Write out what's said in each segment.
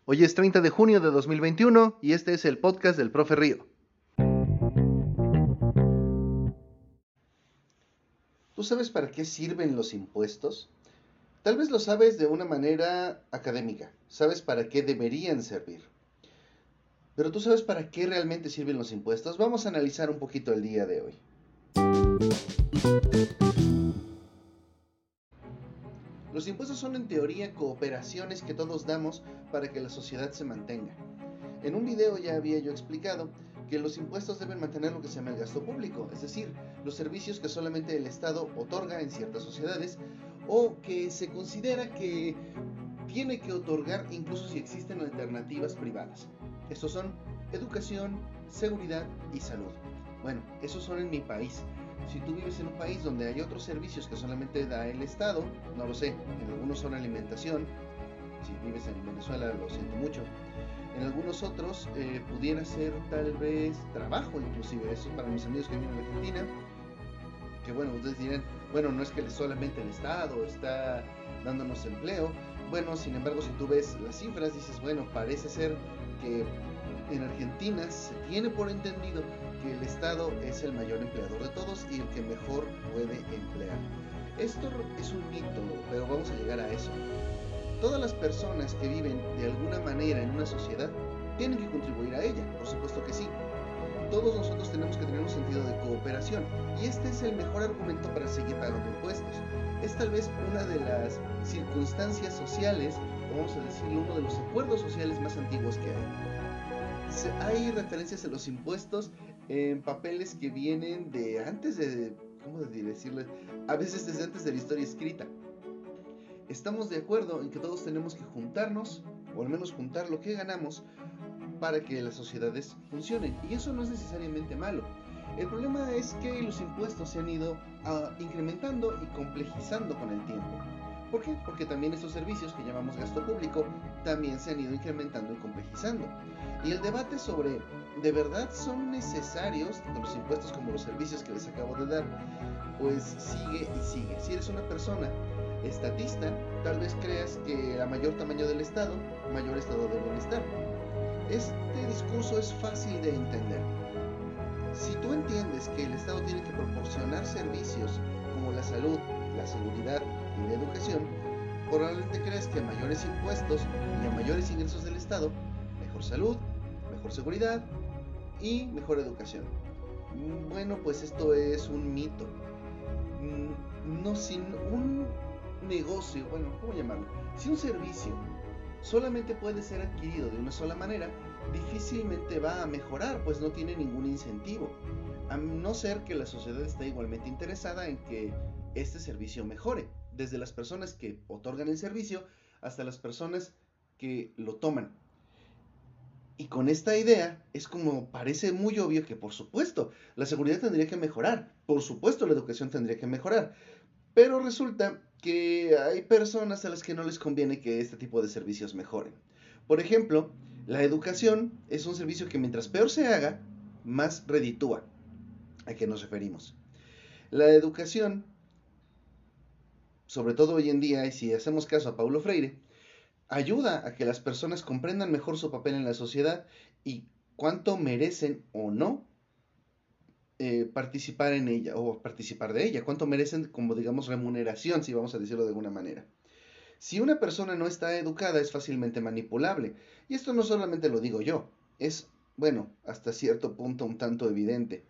Hoy es 30 de junio de 2021 y este es el podcast del Profe Río. ¿Tú sabes para qué sirven los impuestos? Tal vez lo sabes de una manera académica, sabes para qué deberían servir. Pero ¿tú sabes para qué realmente sirven los impuestos? Vamos a analizar un poquito el día de hoy. Los impuestos son en teoría cooperaciones que todos damos para que la sociedad se mantenga. En un video ya había yo explicado que los impuestos deben mantener lo que se llama el gasto público, es decir, los servicios que solamente el Estado otorga en ciertas sociedades o que se considera que tiene que otorgar incluso si existen alternativas privadas. Estos son educación, seguridad y salud. Bueno, esos son en mi país. Si tú vives en un país donde hay otros servicios que solamente da el Estado, no lo sé, en algunos son alimentación, si vives en Venezuela lo siento mucho, en algunos otros pudiera ser tal vez trabajo inclusive, eso para mis amigos que viven en Argentina, que bueno, ustedes dirán, bueno, no es que solamente el Estado está dándonos empleo, bueno, sin embargo si tú ves las cifras dices, bueno, parece ser que en Argentina se tiene por entendido que el Estado es el mayor empleador de todos y el que mejor puede emplear. Esto es un mito, pero vamos a llegar a eso. Todas las personas que viven de alguna manera en una sociedad tienen que contribuir a ella, por supuesto que sí. Todos nosotros tenemos que tener un sentido de cooperación y este es el mejor argumento para seguir pagando impuestos. Es tal vez una de las circunstancias sociales, o vamos a decirlo, uno de los acuerdos sociales más antiguos que hay. Hay referencias a los impuestos en papeles que vienen de antes de, ¿cómo decirle? A veces desde antes de la historia escrita. Estamos de acuerdo en que todos tenemos que juntarnos, o al menos juntar lo que ganamos, para que las sociedades funcionen. Y eso no es necesariamente malo. El problema es que los impuestos se han ido incrementando y complejizando con el tiempo. ¿Por qué? Porque también estos servicios que llamamos gasto público también se han ido incrementando y complejizando. Y el debate sobre ¿de verdad son necesarios tanto los impuestos como los servicios que les acabo de dar? Pues sigue y sigue. Si eres una persona estatista, tal vez creas que a mayor tamaño del Estado, mayor estado de bienestar. Este discurso es fácil de entender. Si tú entiendes que el Estado tiene que proporcionar servicios como la salud, la seguridad y la educación, probablemente crees que a mayores impuestos y a mayores ingresos del Estado, mejor salud, mejor seguridad y mejor educación. Bueno, pues esto es un mito. No, sin un negocio, bueno, ¿cómo llamarlo? Si un servicio solamente puede ser adquirido de una sola manera, difícilmente va a mejorar, pues no tiene ningún incentivo, a no ser que la sociedad esté igualmente interesada en que este servicio mejore, desde las personas que otorgan el servicio hasta las personas que lo toman. Y con esta idea es como parece muy obvio que por supuesto la seguridad tendría que mejorar, por supuesto la educación tendría que mejorar, pero resulta que hay personas a las que no les conviene que este tipo de servicios mejoren. Por ejemplo, la educación es un servicio que mientras peor se haga, más reditúa. ¿A qué nos referimos? La educación, sobre todo hoy en día, y si hacemos caso a Paulo Freire, ayuda a que las personas comprendan mejor su papel en la sociedad y cuánto merecen o no participar en ella o participar de ella, cuánto merecen como digamos remuneración, si vamos a decirlo de alguna manera. Si una persona no está educada es fácilmente manipulable, y esto no solamente lo digo yo, es, bueno, hasta cierto punto un tanto evidente.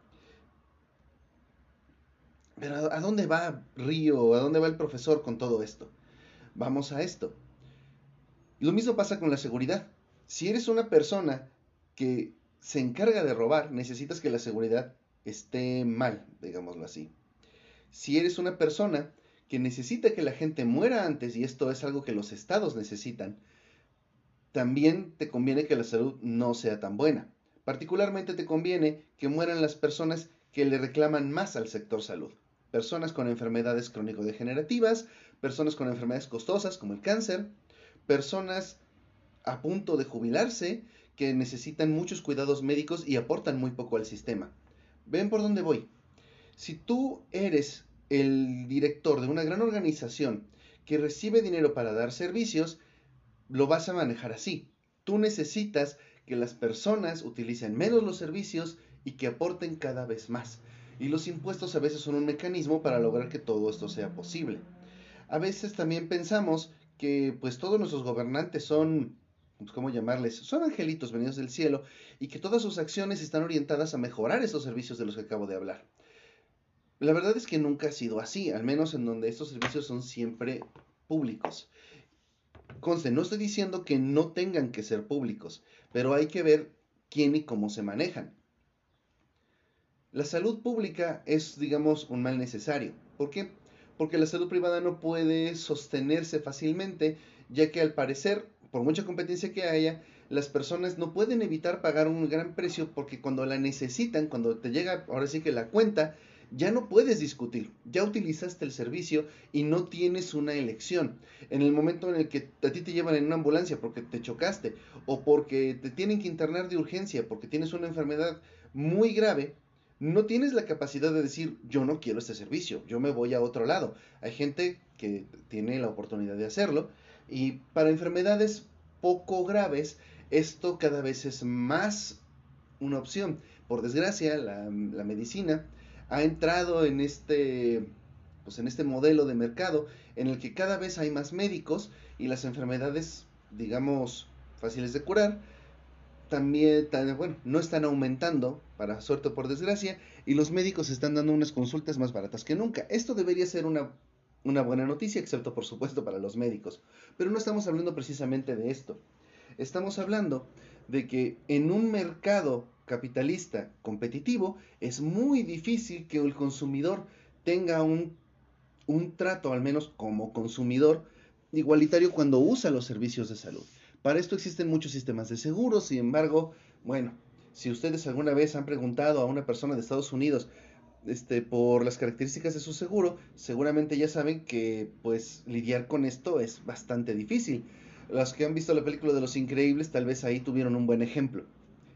Pero ¿a dónde va Río? ¿A dónde va el profesor con todo esto? Vamos a esto. Lo mismo pasa con la seguridad. Si eres una persona que se encarga de robar, necesitas que la seguridad esté mal, digámoslo así. Si eres una persona que necesita que la gente muera antes, y esto es algo que los estados necesitan, también te conviene que la salud no sea tan buena. Particularmente te conviene que mueran las personas que le reclaman más al sector salud. Personas con enfermedades crónico-degenerativas, personas con enfermedades costosas como el cáncer, personas a punto de jubilarse que necesitan muchos cuidados médicos y aportan muy poco al sistema. ¿Ven por dónde voy? Si tú eres el director de una gran organización que recibe dinero para dar servicios, lo vas a manejar así. Tú necesitas que las personas utilicen menos los servicios y que aporten cada vez más. Y los impuestos a veces son un mecanismo para lograr que todo esto sea posible. A veces también pensamos que pues todos nuestros gobernantes son, pues, ¿cómo llamarles? Son angelitos venidos del cielo y que todas sus acciones están orientadas a mejorar esos servicios de los que acabo de hablar. La verdad es que nunca ha sido así, al menos en donde estos servicios son siempre públicos. Conste, no estoy diciendo que no tengan que ser públicos, pero hay que ver quién y cómo se manejan. La salud pública es, digamos, un mal necesario. ¿Por qué? Porque la salud privada no puede sostenerse fácilmente, ya que al parecer, por mucha competencia que haya, las personas no pueden evitar pagar un gran precio porque cuando la necesitan, cuando te llega ahora sí que la cuenta, ya no puedes discutir, ya utilizaste el servicio y no tienes una elección. En el momento en el que a ti te llevan en una ambulancia porque te chocaste o porque te tienen que internar de urgencia porque tienes una enfermedad muy grave, no tienes la capacidad de decir, yo no quiero este servicio, yo me voy a otro lado. Hay gente que tiene la oportunidad de hacerlo y para enfermedades poco graves, esto cada vez es más una opción. Por desgracia, la medicina ha entrado pues en este modelo de mercado en el que cada vez hay más médicos y las enfermedades, digamos, fáciles de curar, también, bueno, no están aumentando, para suerte o por desgracia, y los médicos están dando unas consultas más baratas que nunca. Esto debería ser una buena noticia, excepto por supuesto para los médicos. Pero no estamos hablando precisamente de esto. Estamos hablando de que en un mercado capitalista competitivo es muy difícil que el consumidor tenga un trato, al menos como consumidor, igualitario cuando usa los servicios de salud. Para esto existen muchos sistemas de seguros, sin embargo, bueno, si ustedes alguna vez han preguntado a una persona de Estados Unidos por las características de su seguro, seguramente ya saben que pues lidiar con esto es bastante difícil. Los que han visto la película de Los Increíbles tal vez ahí tuvieron un buen ejemplo.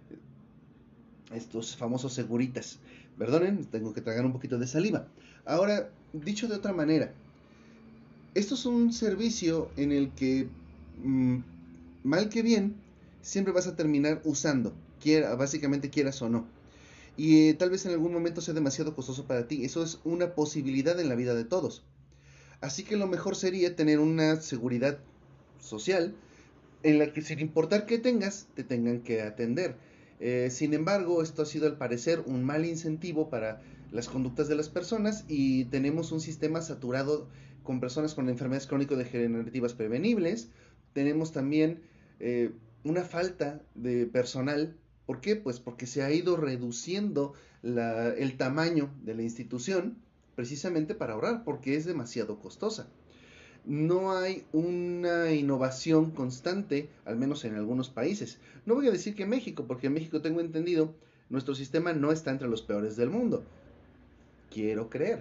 Estos famosos seguritas. Perdonen, tengo que tragar un poquito de saliva. Ahora, dicho de otra manera, esto es un servicio en el que, mm, mal que bien, siempre vas a terminar usando, básicamente quieras o no. Y tal vez en algún momento sea demasiado costoso para ti. Eso es una posibilidad en la vida de todos. Así que lo mejor sería tener una seguridad social en la que sin importar qué tengas, te tengan que atender. Sin embargo, esto ha sido al parecer un mal incentivo para las conductas de las personas y tenemos un sistema saturado con personas con enfermedades crónico-degenerativas prevenibles. Tenemos también una falta de personal. ¿Por qué? Pues porque se ha ido reduciendo el tamaño de la institución precisamente para ahorrar, porque es demasiado costosa. No hay una innovación constante, al menos en algunos países. No voy a decir que México, porque en México tengo entendido, nuestro sistema no está entre los peores del mundo. Quiero creer.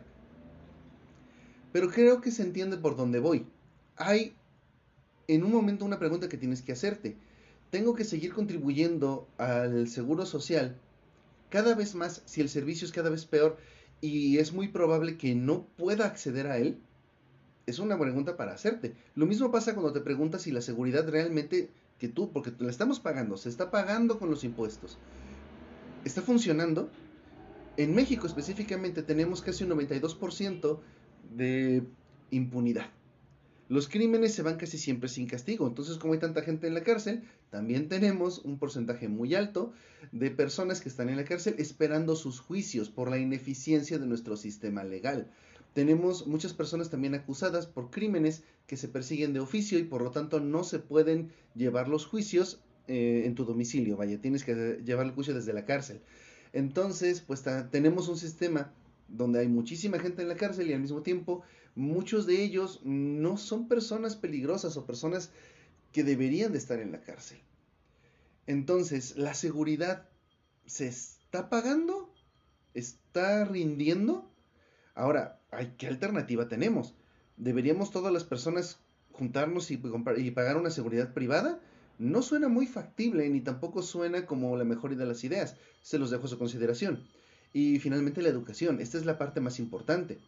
Pero creo que se entiende por dónde voy. Hay en un momento una pregunta que tienes que hacerte. ¿Tengo que seguir contribuyendo al seguro social cada vez más si el servicio es cada vez peor y es muy probable que no pueda acceder a él? Es una pregunta para hacerte. Lo mismo pasa cuando te preguntas si la seguridad realmente que tú, porque la estamos pagando, se está pagando con los impuestos, ¿está funcionando? En México específicamente tenemos casi un 92% de impunidad. Los crímenes se van casi siempre sin castigo. Entonces, como hay tanta gente en la cárcel, también tenemos un porcentaje muy alto de personas que están en la cárcel esperando sus juicios por la ineficiencia de nuestro sistema legal. Tenemos muchas personas también acusadas por crímenes que se persiguen de oficio y por lo tanto no se pueden llevar los juicios en tu domicilio. Vaya, tienes que llevar el juicio desde la cárcel. Entonces, pues tenemos un sistema donde hay muchísima gente en la cárcel y al mismo tiempo muchos de ellos no son personas peligrosas o personas que deberían de estar en la cárcel. Entonces, ¿la seguridad se está pagando? ¿Está rindiendo? Ahora, ¿qué alternativa tenemos? ¿Deberíamos todas las personas juntarnos y pagar una seguridad privada? No suena muy factible ni tampoco suena como la mejor de las ideas. Se los dejo a su consideración. Y finalmente la educación. Esta es la parte más importante.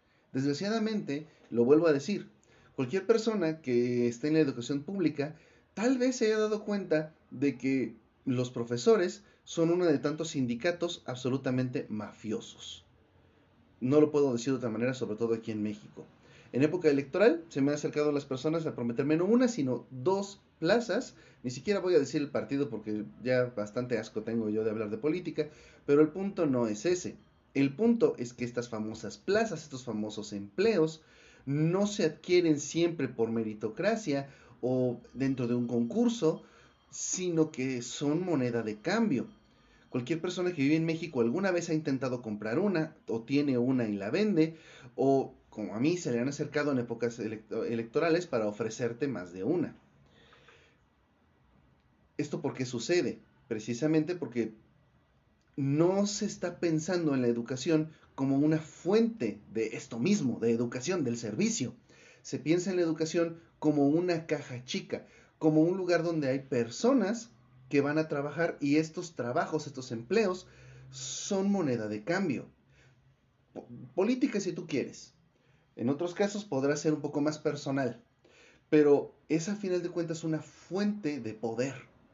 Desgraciadamente, lo vuelvo a decir, cualquier persona que esté en la educación pública tal vez se haya dado cuenta de que los profesores son uno de tantos sindicatos absolutamente mafiosos. No lo puedo decir de otra manera, sobre todo aquí en México. En época electoral se me han acercado las personas a prometerme no una, sino dos plazas. Ni siquiera voy a decir el partido porque ya bastante asco tengo yo de hablar de política, pero el punto no es ese. El punto es que estas famosas plazas, estos famosos empleos, no se adquieren siempre por meritocracia o dentro de un concurso, sino que son moneda de cambio. Cualquier persona que vive en México alguna vez ha intentado comprar una, o tiene una y la vende, o como a mí se le han acercado en épocas electorales para ofrecerte más de una. ¿Esto por qué sucede? Precisamente porque no se está pensando en la educación como una fuente de esto mismo, de educación, del servicio. Se piensa en la educación como una caja chica, como un lugar donde hay personas que van a trabajar y estos trabajos, estos empleos, son moneda de cambio. Política si tú quieres. En otros casos podrá ser un poco más personal, pero es a final de cuentas una fuente de poder.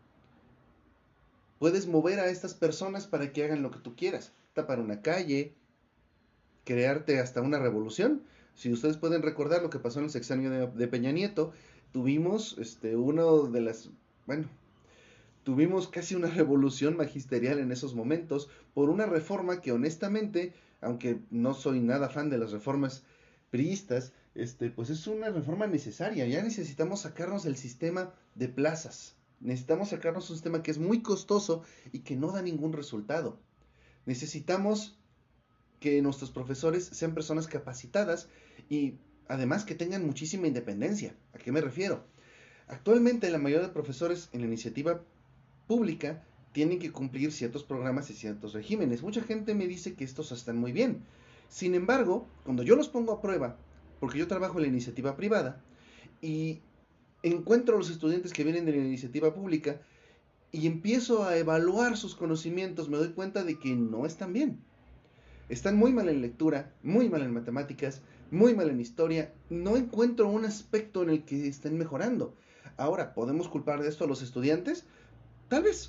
Puedes mover a estas personas para que hagan lo que tú quieras. Tapar una calle, crearte hasta una revolución. Si ustedes pueden recordar lo que pasó en el sexenio de Peña Nieto, tuvimos bueno, tuvimos casi una revolución magisterial en esos momentos por una reforma que honestamente, aunque no soy nada fan de las reformas priistas, pues es una reforma necesaria. Ya necesitamos sacarnos del sistema de plazas. Necesitamos sacarnos un sistema que es muy costoso y que no da ningún resultado. Necesitamos que nuestros profesores sean personas capacitadas y además que tengan muchísima independencia. ¿A qué me refiero? Actualmente la mayoría de profesores en la iniciativa pública tienen que cumplir ciertos programas y ciertos regímenes. Mucha gente me dice que estos están muy bien. Sin embargo, cuando yo los pongo a prueba, porque yo trabajo en la iniciativa privada, y encuentro a los estudiantes que vienen de la iniciativa pública y empiezo a evaluar sus conocimientos, me doy cuenta de que no están bien. Están muy mal en lectura, muy mal en matemáticas, muy mal en historia. No encuentro un aspecto en el que estén mejorando. Ahora, ¿podemos culpar de esto a los estudiantes? Tal vez.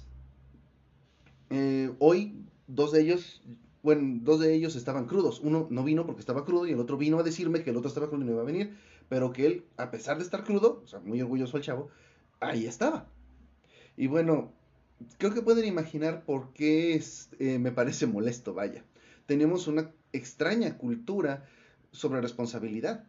Hoy, dos de ellos estaban crudos. Uno no vino porque estaba crudo y el otro vino a decirme que el otro estaba crudo y no iba a venir. Pero que él, a pesar de estar crudo, o sea, muy orgulloso el chavo, ahí estaba. Y bueno, creo que pueden imaginar por qué me parece molesto, vaya. Tenemos una extraña cultura sobre responsabilidad.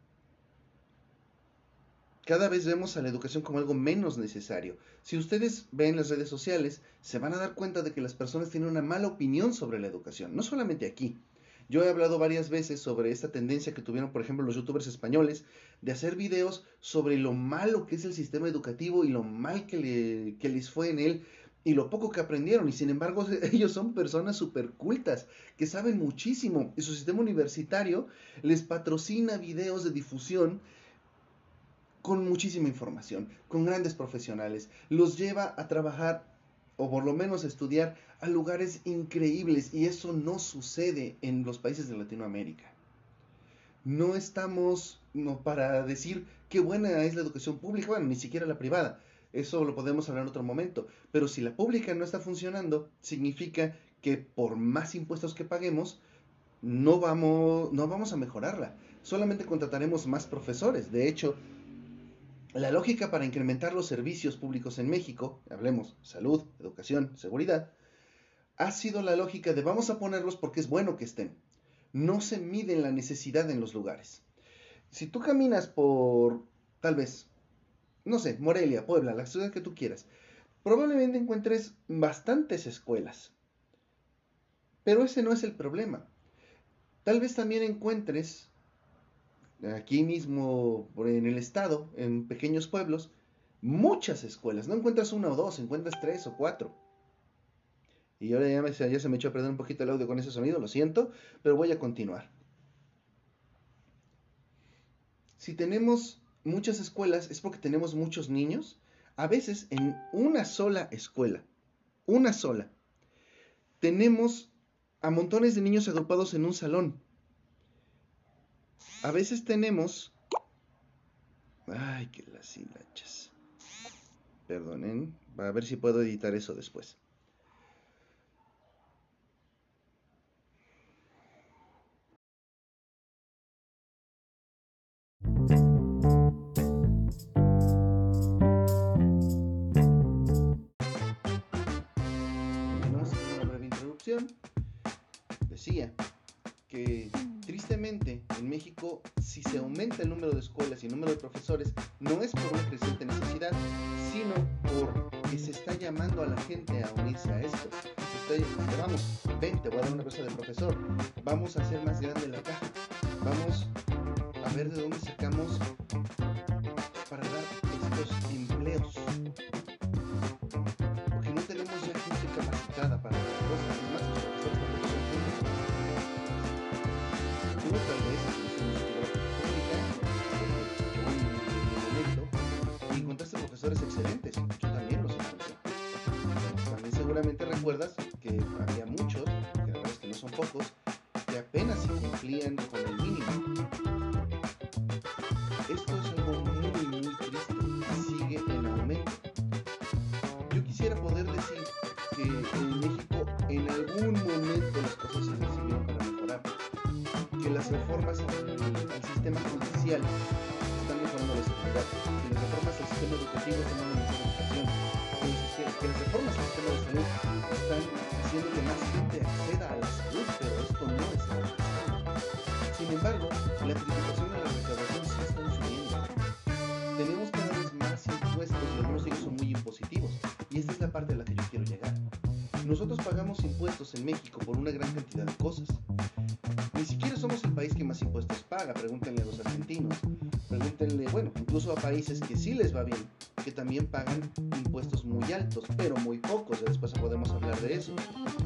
Cada vez vemos a la educación como algo menos necesario. Si ustedes ven las redes sociales, se van a dar cuenta de que las personas tienen una mala opinión sobre la educación, no solamente aquí. Yo he hablado varias veces sobre esta tendencia que tuvieron, por ejemplo, los youtubers españoles, de hacer videos sobre lo malo que es el sistema educativo y lo mal que les fue en él y lo poco que aprendieron. Y sin embargo, ellos son personas súper cultas, que saben muchísimo. Y su sistema universitario les patrocina videos de difusión con muchísima información, con grandes profesionales, los lleva a trabajar o por lo menos a estudiar a lugares increíbles y eso no sucede en los países de Latinoamérica. No estamos para decir qué buena es la educación pública, bueno, ni siquiera la privada, eso lo podemos hablar en otro momento, pero si la pública no está funcionando, significa que por más impuestos que paguemos, no vamos a mejorarla, solamente contrataremos más profesores. De hecho, la lógica para incrementar los servicios públicos en México, hablemos salud, educación, seguridad, ha sido la lógica de vamos a ponerlos porque es bueno que estén. No se mide la necesidad en los lugares. Si tú caminas por, tal vez, no sé, Morelia, Puebla, la ciudad que tú quieras, probablemente encuentres bastantes escuelas. Pero ese no es el problema. Tal vez también encuentres, aquí mismo en el estado, en pequeños pueblos, muchas escuelas. No encuentras una o dos, encuentras tres o cuatro. Y ahora ya se me echó a perder un poquito el audio con ese sonido, lo siento, pero voy a continuar. Si tenemos muchas escuelas es porque tenemos muchos niños, a veces en una sola escuela, una sola. Tenemos a montones de niños agrupados en un salón. A veces tenemos... Ay, que las hilachas. Perdonen, a ver si puedo editar eso después. Bueno, haciendo una breve introducción, decía que tristemente en México, si se aumenta el número de escuelas y el número de profesores, no es por una creciente necesidad, sino porque se está llamando a la gente a unirse a esto. Vamos, ven, te voy a dar una cosa de profesor, vamos a hacer más grande la caja, vamos a ver de dónde sacamos para dar estos empleos, porque no tenemos ya gente capacitada para las cosas. Es más, los profesores tampoco son públicos. Tú tal vez estuviste en una escuela pública, yo en mi momento, y encontraste profesores excelentes. Yo también los encontré. También seguramente recuerdas que había muchos, que la verdad es que no son pocos, que apenas si cumplían con el mínimo. Esto es algo muy, muy triste y sigue en aumento. Yo quisiera poder decir que en México en algún momento las cosas se recibieron para mejorar, que las reformas al sistema judicial están mejorando la seguridad, que las reformas al sistema educativo están dando mejor educación, que las reformas al sistema de salud están haciendo que más gente acceda a la salud, pero esto no es algo. Sin embargo, la tributación y la recaudación sí están subiendo. Tenemos cada vez más impuestos y algunos de ellos son muy impositivos, y esta es la parte a la que yo quiero llegar. Nosotros pagamos impuestos en México por una gran cantidad de cosas. Ni siquiera somos el país que más impuestos paga, pregúntenle a los argentinos, pregúntenle, bueno, incluso a países que sí les va bien, que también pagan impuestos muy altos, pero muy pocos, después podemos hablar de eso.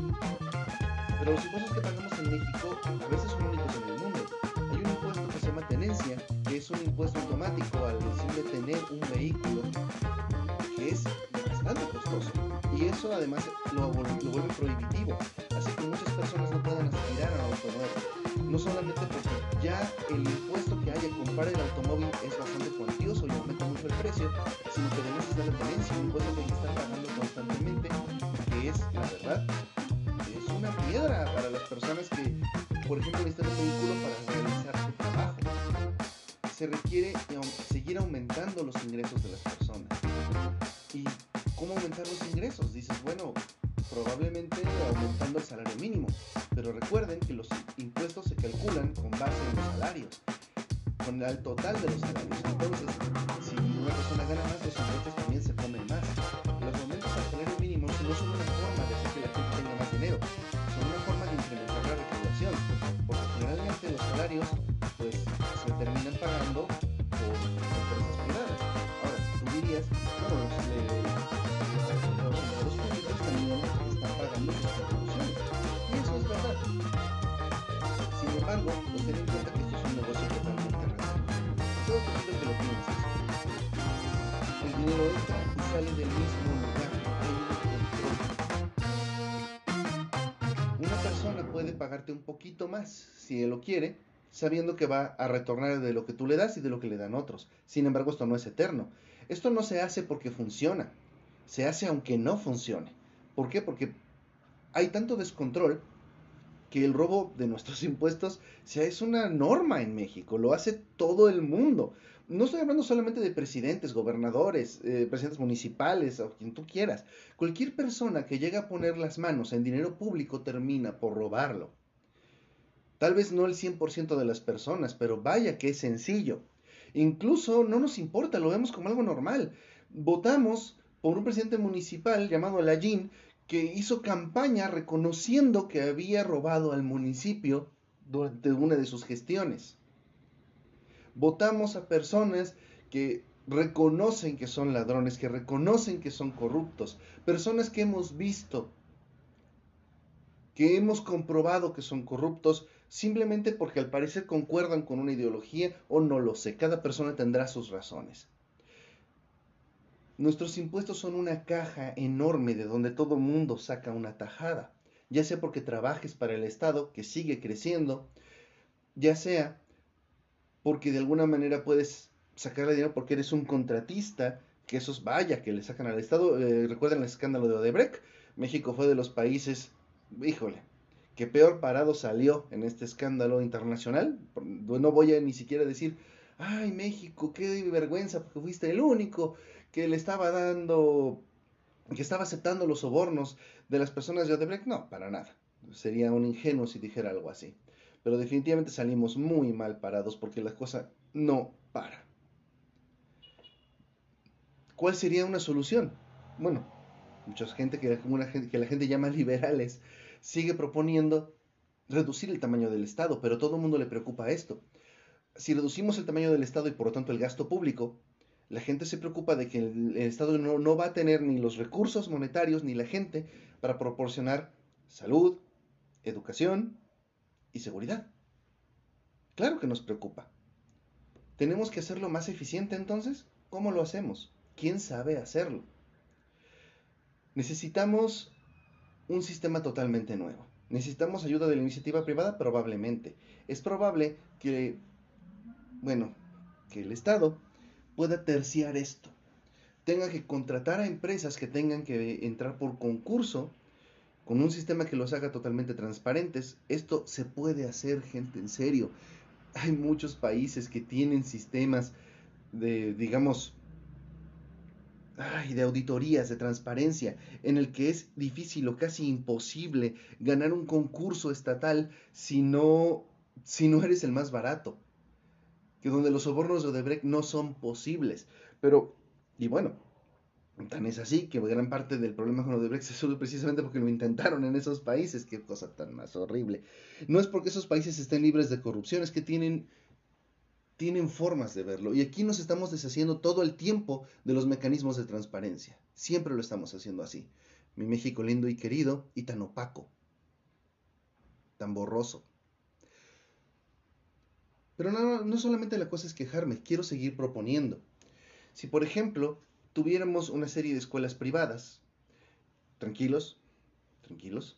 Pero los impuestos que pagamos en México a veces son únicos en el mundo. Hay un impuesto que se llama tenencia, que es un impuesto automático al decirle tener un vehículo, que es bastante costoso. Y eso además lo vuelve prohibitivo, así que muchas personas no pueden aspirar a un auto nuevo. No solamente porque ya el impuesto que hay a comprar el automóvil es bastante cuantioso y aumenta mucho el precio, sino que además está la tenencia, un impuesto que hay que estar pagando constantemente, que es, la verdad, es una piedra para las personas que, por ejemplo, necesitan un vehículo para realizar su trabajo. Se requiere seguir aumentando los ingresos de las personas. ¿Y cómo aumentar los ingresos? Dices, bueno, probablemente aumentando el salario mínimo, pero recuerden que los impuestos se calculan con base en los salarios, con el total de los salarios. Entonces, si una persona gana más, los impuestos también se ponen más. Los aumentos al salario mínimo no son una forma de hacer que la gente tenga más dinero, son una forma de incrementar la recaudación, porque generalmente los salarios pues se terminan pagando por empresas privadas. Ahora, tú dirías, bueno, los empleados públicos también están pagando sus contribuciones, y eso es verdad. Sin embargo, pues ten en cuenta que esto es un negocio totalmente racional. Solo te pido que lo pienses. El dinero entra y sale del mismo lugar. Hay un control. Una persona puede pagarte un poquito más, si él lo quiere, sabiendo que va a retornar de lo que tú le das y de lo que le dan otros. Sin embargo, esto no es eterno. Esto no se hace porque funciona. Se hace aunque no funcione. ¿Por qué? Porque hay tanto descontrol que el robo de nuestros impuestos es una norma en México, lo hace todo el mundo. No estoy hablando solamente de presidentes, gobernadores, presidentes municipales o quien tú quieras. Cualquier persona que llega a poner las manos en dinero público termina por robarlo. Tal vez no el 100% de las personas, pero vaya que es sencillo. Incluso no nos importa, lo vemos como algo normal. Votamos por un presidente municipal llamado Lallín, que hizo campaña reconociendo que había robado al municipio durante una de sus gestiones. Votamos a personas que reconocen que son ladrones, que reconocen que son corruptos, personas que hemos visto, que hemos comprobado que son corruptos simplemente porque al parecer concuerdan con una ideología o no lo sé, cada persona tendrá sus razones. Nuestros impuestos son una caja enorme de donde todo mundo saca una tajada, ya sea porque trabajes para el Estado, que sigue creciendo, ya sea porque de alguna manera puedes sacarle dinero porque eres un contratista que esos, vaya, que le sacan al Estado. Recuerden el escándalo de Odebrecht. México fue de los países, híjole, que peor parado salió en este escándalo internacional. No voy a ni siquiera decir, ay, México, qué vergüenza, porque fuiste el único que le estaba dando, que estaba aceptando los sobornos de las personas de Odebrecht. No, para nada. Sería un ingenuo si dijera algo así. Pero definitivamente salimos muy mal parados porque la cosa no para. ¿Cuál sería una solución? Bueno, mucha gente que la gente llama liberales sigue proponiendo reducir el tamaño del Estado, pero a todo el mundo le preocupa esto. Si reducimos el tamaño del Estado y por lo tanto el gasto público, la gente se preocupa de que el Estado no va a tener ni los recursos monetarios ni la gente para proporcionar salud, educación y seguridad. Claro que nos preocupa. ¿Tenemos que hacerlo más eficiente entonces? ¿Cómo lo hacemos? ¿Quién sabe hacerlo? Necesitamos un sistema totalmente nuevo. ¿Necesitamos ayuda de la iniciativa privada? Probablemente. Es probable que, bueno, que el Estado pueda terciar esto. Tenga que contratar a empresas que tengan que entrar por concurso con un sistema que los haga totalmente transparentes. Esto se puede hacer, gente, en serio. Hay muchos países que tienen sistemas de, digamos, de auditorías, de transparencia, en el que es difícil o casi imposible ganar un concurso estatal si no eres el más barato, que donde los sobornos de Odebrecht no son posibles. Pero, y bueno, tan es así que gran parte del problema con Odebrecht se sube precisamente porque lo intentaron en esos países. Qué cosa tan más horrible. No es porque esos países estén libres de corrupción, es que tienen formas de verlo. Y aquí nos estamos deshaciendo todo el tiempo de los mecanismos de transparencia. Siempre lo estamos haciendo así. Mi México lindo y querido y tan opaco, tan borroso. Pero no solamente la cosa es quejarme, quiero seguir proponiendo. Si por ejemplo tuviéramos una serie de escuelas privadas, tranquilos, tranquilos,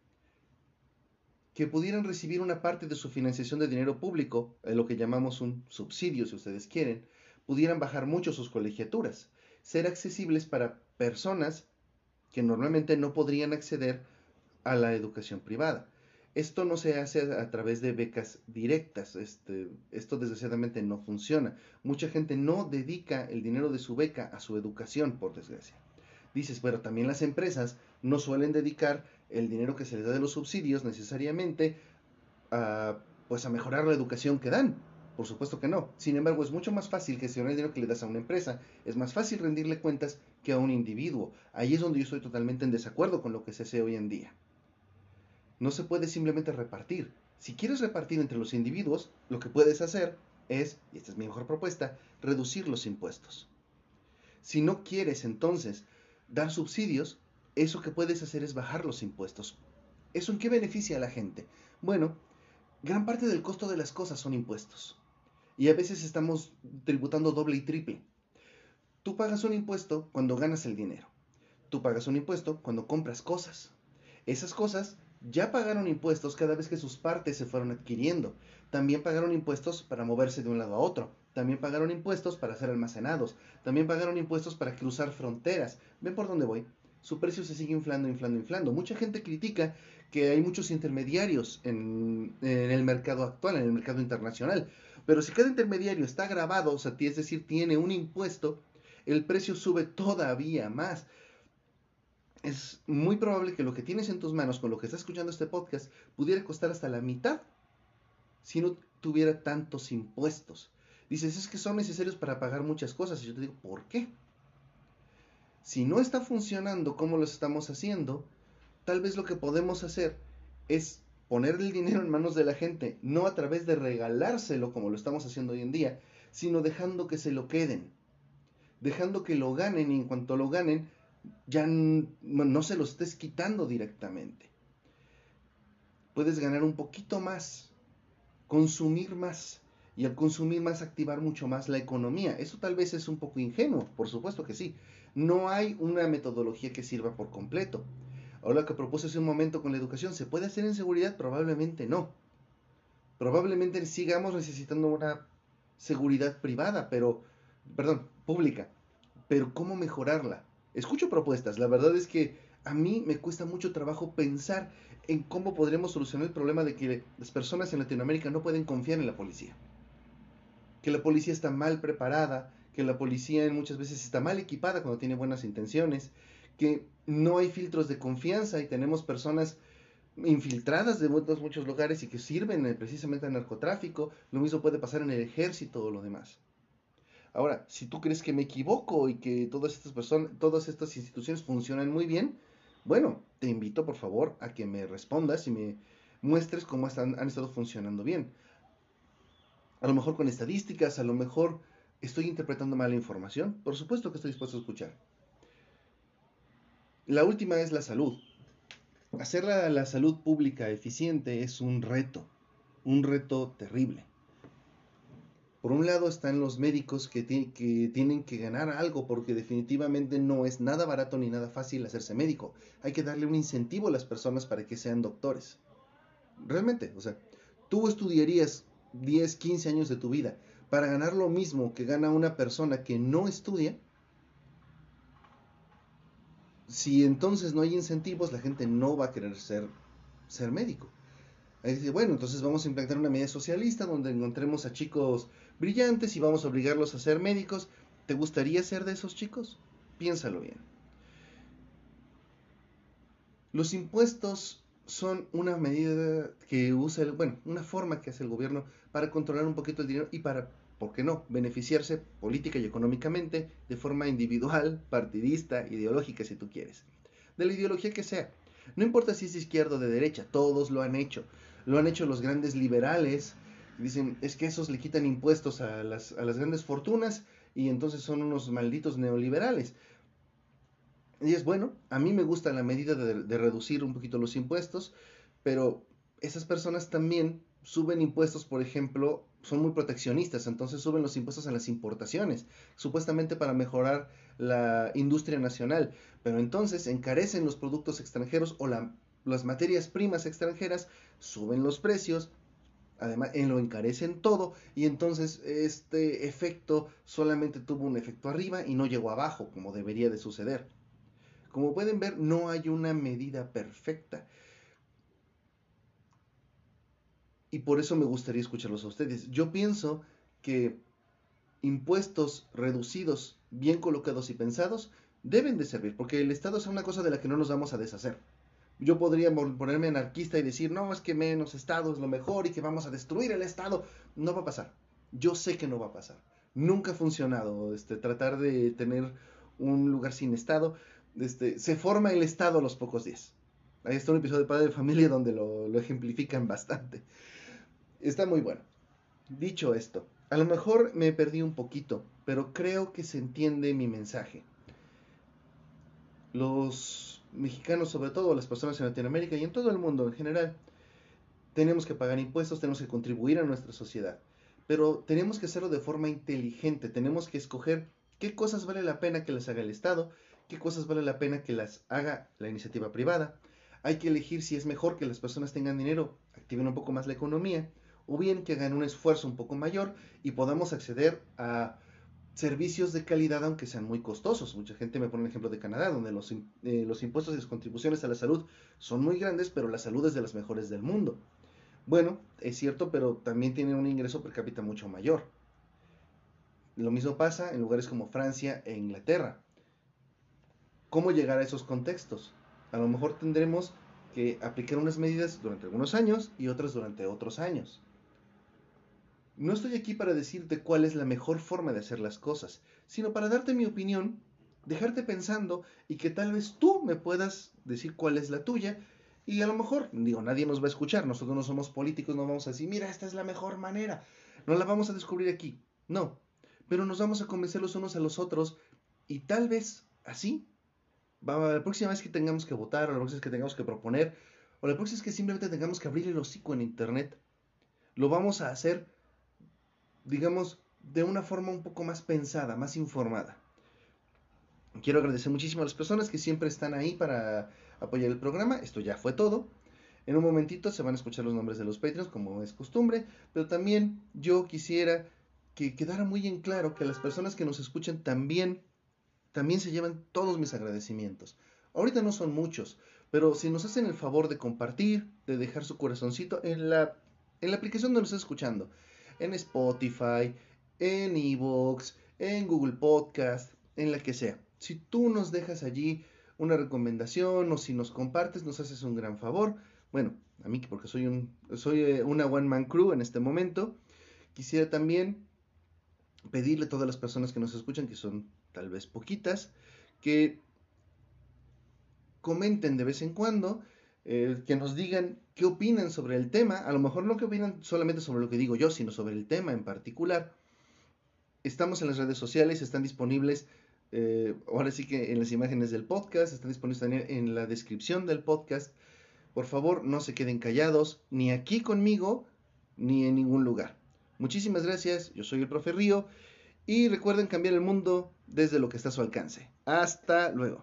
que pudieran recibir una parte de su financiación de dinero público, lo que llamamos un subsidio si ustedes quieren, pudieran bajar mucho sus colegiaturas, ser accesibles para personas que normalmente no podrían acceder a la educación privada. Esto no se hace a través de becas directas, esto desgraciadamente no funciona. Mucha gente no dedica el dinero de su beca a su educación, por desgracia. Dices, pero también las empresas no suelen dedicar el dinero que se les da de los subsidios necesariamente pues a mejorar la educación que dan. Por supuesto que no. Sin embargo, es mucho más fácil gestionar el dinero que le das a una empresa. Es más fácil rendirle cuentas que a un individuo. Ahí es donde yo estoy totalmente en desacuerdo con lo que se hace hoy en día. No se puede simplemente repartir. Si quieres repartir entre los individuos, lo que puedes hacer es, y esta es mi mejor propuesta, reducir los impuestos. Si no quieres entonces dar subsidios, eso que puedes hacer es bajar los impuestos. ¿Eso en qué beneficia a la gente? Bueno, gran parte del costo de las cosas son impuestos. Y a veces estamos tributando doble y triple. Tú pagas un impuesto cuando ganas el dinero. Tú pagas un impuesto cuando compras cosas. Esas cosas ya pagaron impuestos cada vez que sus partes se fueron adquiriendo. También pagaron impuestos para moverse de un lado a otro. También pagaron impuestos para ser almacenados. También pagaron impuestos para cruzar fronteras. ¿Ven por dónde voy? Su precio se sigue inflando, inflando, inflando. Mucha gente critica que hay muchos intermediarios en el mercado actual, en el mercado internacional. Pero si cada intermediario está grabado, o sea, es decir, tiene un impuesto, el precio sube todavía más. Es muy probable que lo que tienes en tus manos con lo que estás escuchando este podcast pudiera costar hasta la mitad si no tuviera tantos impuestos. Dices, es que son necesarios para pagar muchas cosas. Y yo te digo, ¿por qué? Si no está funcionando como lo estamos haciendo, tal vez lo que podemos hacer es poner el dinero en manos de la gente, no a través de regalárselo como lo estamos haciendo hoy en día, sino dejando que se lo queden, dejando que lo ganen y en cuanto lo ganen, ya no se lo estés quitando directamente. Puedes ganar un poquito más, consumir más, y al consumir más activar mucho más la economía. Eso tal vez es un poco ingenuo, por supuesto que sí. No hay una metodología que sirva por completo. Ahora lo que propuse hace un momento con la educación, ¿se puede hacer en seguridad? Probablemente no. Probablemente sigamos necesitando una seguridad privada, pública. pero ¿cómo mejorarla? Escucho propuestas, la verdad es que a mí me cuesta mucho trabajo pensar en cómo podremos solucionar el problema de que las personas en Latinoamérica no pueden confiar en la policía. Que la policía está mal preparada, que la policía muchas veces está mal equipada cuando tiene buenas intenciones, que no hay filtros de confianza y tenemos personas infiltradas de muchos lugares y que sirven precisamente al narcotráfico. Lo mismo puede pasar en el ejército o lo demás. Ahora, si tú crees que me equivoco y que todas estas instituciones funcionan muy bien, bueno, te invito por favor a que me respondas y me muestres cómo han estado funcionando bien. A lo mejor con estadísticas, a lo mejor estoy interpretando mal la información. Por supuesto que estoy dispuesto a escuchar. La última es la salud. Hacer la salud pública eficiente es un reto terrible. Por un lado están los médicos que tienen que ganar algo porque definitivamente no es nada barato ni nada fácil hacerse médico. Hay que darle un incentivo a las personas para que sean doctores. Realmente, o sea, tú estudiarías 10, 15 años de tu vida para ganar lo mismo que gana una persona que no estudia. Si entonces no hay incentivos, la gente no va a querer ser médico. Ahí dice, bueno, entonces vamos a implantar una medida socialista donde encontremos a chicos brillantes y vamos a obligarlos a ser médicos. ¿Te gustaría ser de esos chicos? Piénsalo bien. Los impuestos son una medida que usa una forma que hace el gobierno para controlar un poquito el dinero y para, ¿por qué no?, beneficiarse política y económicamente de forma individual, partidista, ideológica, si tú quieres. De la ideología que sea. No importa si es de izquierda o de derecha, todos lo han hecho. Lo han hecho los grandes liberales. Dicen, es que esos le quitan impuestos a las grandes fortunas y entonces son unos malditos neoliberales. Y es bueno, a mí me gusta la medida de reducir un poquito los impuestos, pero esas personas también suben impuestos, por ejemplo, son muy proteccionistas, entonces suben los impuestos en las importaciones, supuestamente para mejorar la industria nacional, pero entonces encarecen los productos extranjeros o las materias primas extranjeras, suben los precios, además lo encarecen todo y entonces este efecto solamente tuvo un efecto arriba y no llegó abajo como debería de suceder. Como pueden ver, no hay una medida perfecta. Y por eso me gustaría escucharlos a ustedes. Yo pienso que impuestos reducidos, bien colocados y pensados, deben de servir, porque el Estado es una cosa de la que no nos vamos a deshacer. Yo podría ponerme anarquista y decir, no, es que menos Estado es lo mejor y que vamos a destruir el Estado. No va a pasar. Yo sé que no va a pasar. Nunca ha funcionado tratar de tener un lugar sin Estado. Se forma el Estado a los pocos días. Ahí está un episodio de Padre de Familia donde lo ejemplifican bastante. Está muy bueno. Dicho esto, a lo mejor me perdí un poquito, pero creo que se entiende mi mensaje. Los mexicanos, sobre todo las personas en Latinoamérica y en todo el mundo en general, tenemos que pagar impuestos, tenemos que contribuir a nuestra sociedad, pero tenemos que hacerlo de forma inteligente, tenemos que escoger qué cosas vale la pena que las haga el Estado, qué cosas vale la pena que las haga la iniciativa privada. Hay que elegir si es mejor que las personas tengan dinero, activen un poco más la economía, o bien que hagan un esfuerzo un poco mayor y podamos acceder a servicios de calidad aunque sean muy costosos. Mucha gente me pone el ejemplo de Canadá, donde los impuestos y las contribuciones a la salud son muy grandes, pero la salud es de las mejores del mundo. Bueno, es cierto, pero también tienen un ingreso per cápita mucho mayor. Lo mismo pasa en lugares como Francia e Inglaterra. ¿Cómo llegar a esos contextos? A lo mejor tendremos que aplicar unas medidas durante algunos años y otras durante otros años. No estoy aquí para decirte cuál es la mejor forma de hacer las cosas, sino para darte mi opinión, dejarte pensando y que tal vez tú me puedas decir cuál es la tuya. Y a lo mejor, digo, nadie nos va a escuchar, nosotros no somos políticos, no vamos a decir, mira, esta es la mejor manera, no la vamos a descubrir aquí. No, pero nos vamos a convencer los unos a los otros y tal vez así, la próxima vez que tengamos que votar, o la próxima vez que tengamos que proponer, o la próxima vez que simplemente tengamos que abrir el hocico en internet, lo vamos a hacer, digamos, de una forma un poco más pensada, más informada. Quiero agradecer muchísimo a las personas que siempre están ahí para apoyar el programa. Esto ya fue todo. En un momentito se van a escuchar los nombres de los Patreons, como es costumbre, pero también yo quisiera que quedara muy en claro que las personas que nos escuchan también también se llevan todos mis agradecimientos. Ahorita no son muchos, pero si nos hacen el favor de compartir, de dejar su corazoncito en la aplicación donde nos estás escuchando, en Spotify, en Evox, en Google Podcast, en la que sea. Si tú nos dejas allí una recomendación o si nos compartes, nos haces un gran favor. Bueno, a mí porque soy una one man crew en este momento, quisiera también pedirle a todas las personas que nos escuchan, que son tal vez poquitas, que comenten de vez en cuando, que nos digan qué opinan sobre el tema, a lo mejor no que opinan solamente sobre lo que digo yo, sino sobre el tema en particular. Estamos en las redes sociales, están disponibles, ahora sí que en las imágenes del podcast, están disponibles también en la descripción del podcast. Por favor, no se queden callados, ni aquí conmigo, ni en ningún lugar. Muchísimas gracias, yo soy el profe Río, y recuerden cambiar el mundo desde lo que está a su alcance. Hasta luego.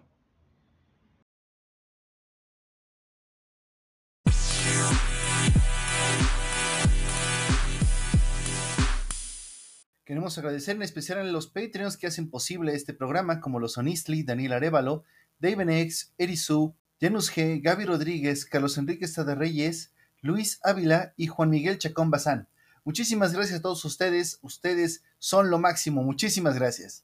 Queremos agradecer en especial a los Patreons que hacen posible este programa, como los Sonistli, Daniel Arevalo, David X, Erisu, Janus G, Gaby Rodríguez, Carlos Enrique Estrada Reyes, Luis Ávila y Juan Miguel Chacón Bazán. Muchísimas gracias a todos ustedes son lo máximo, muchísimas gracias.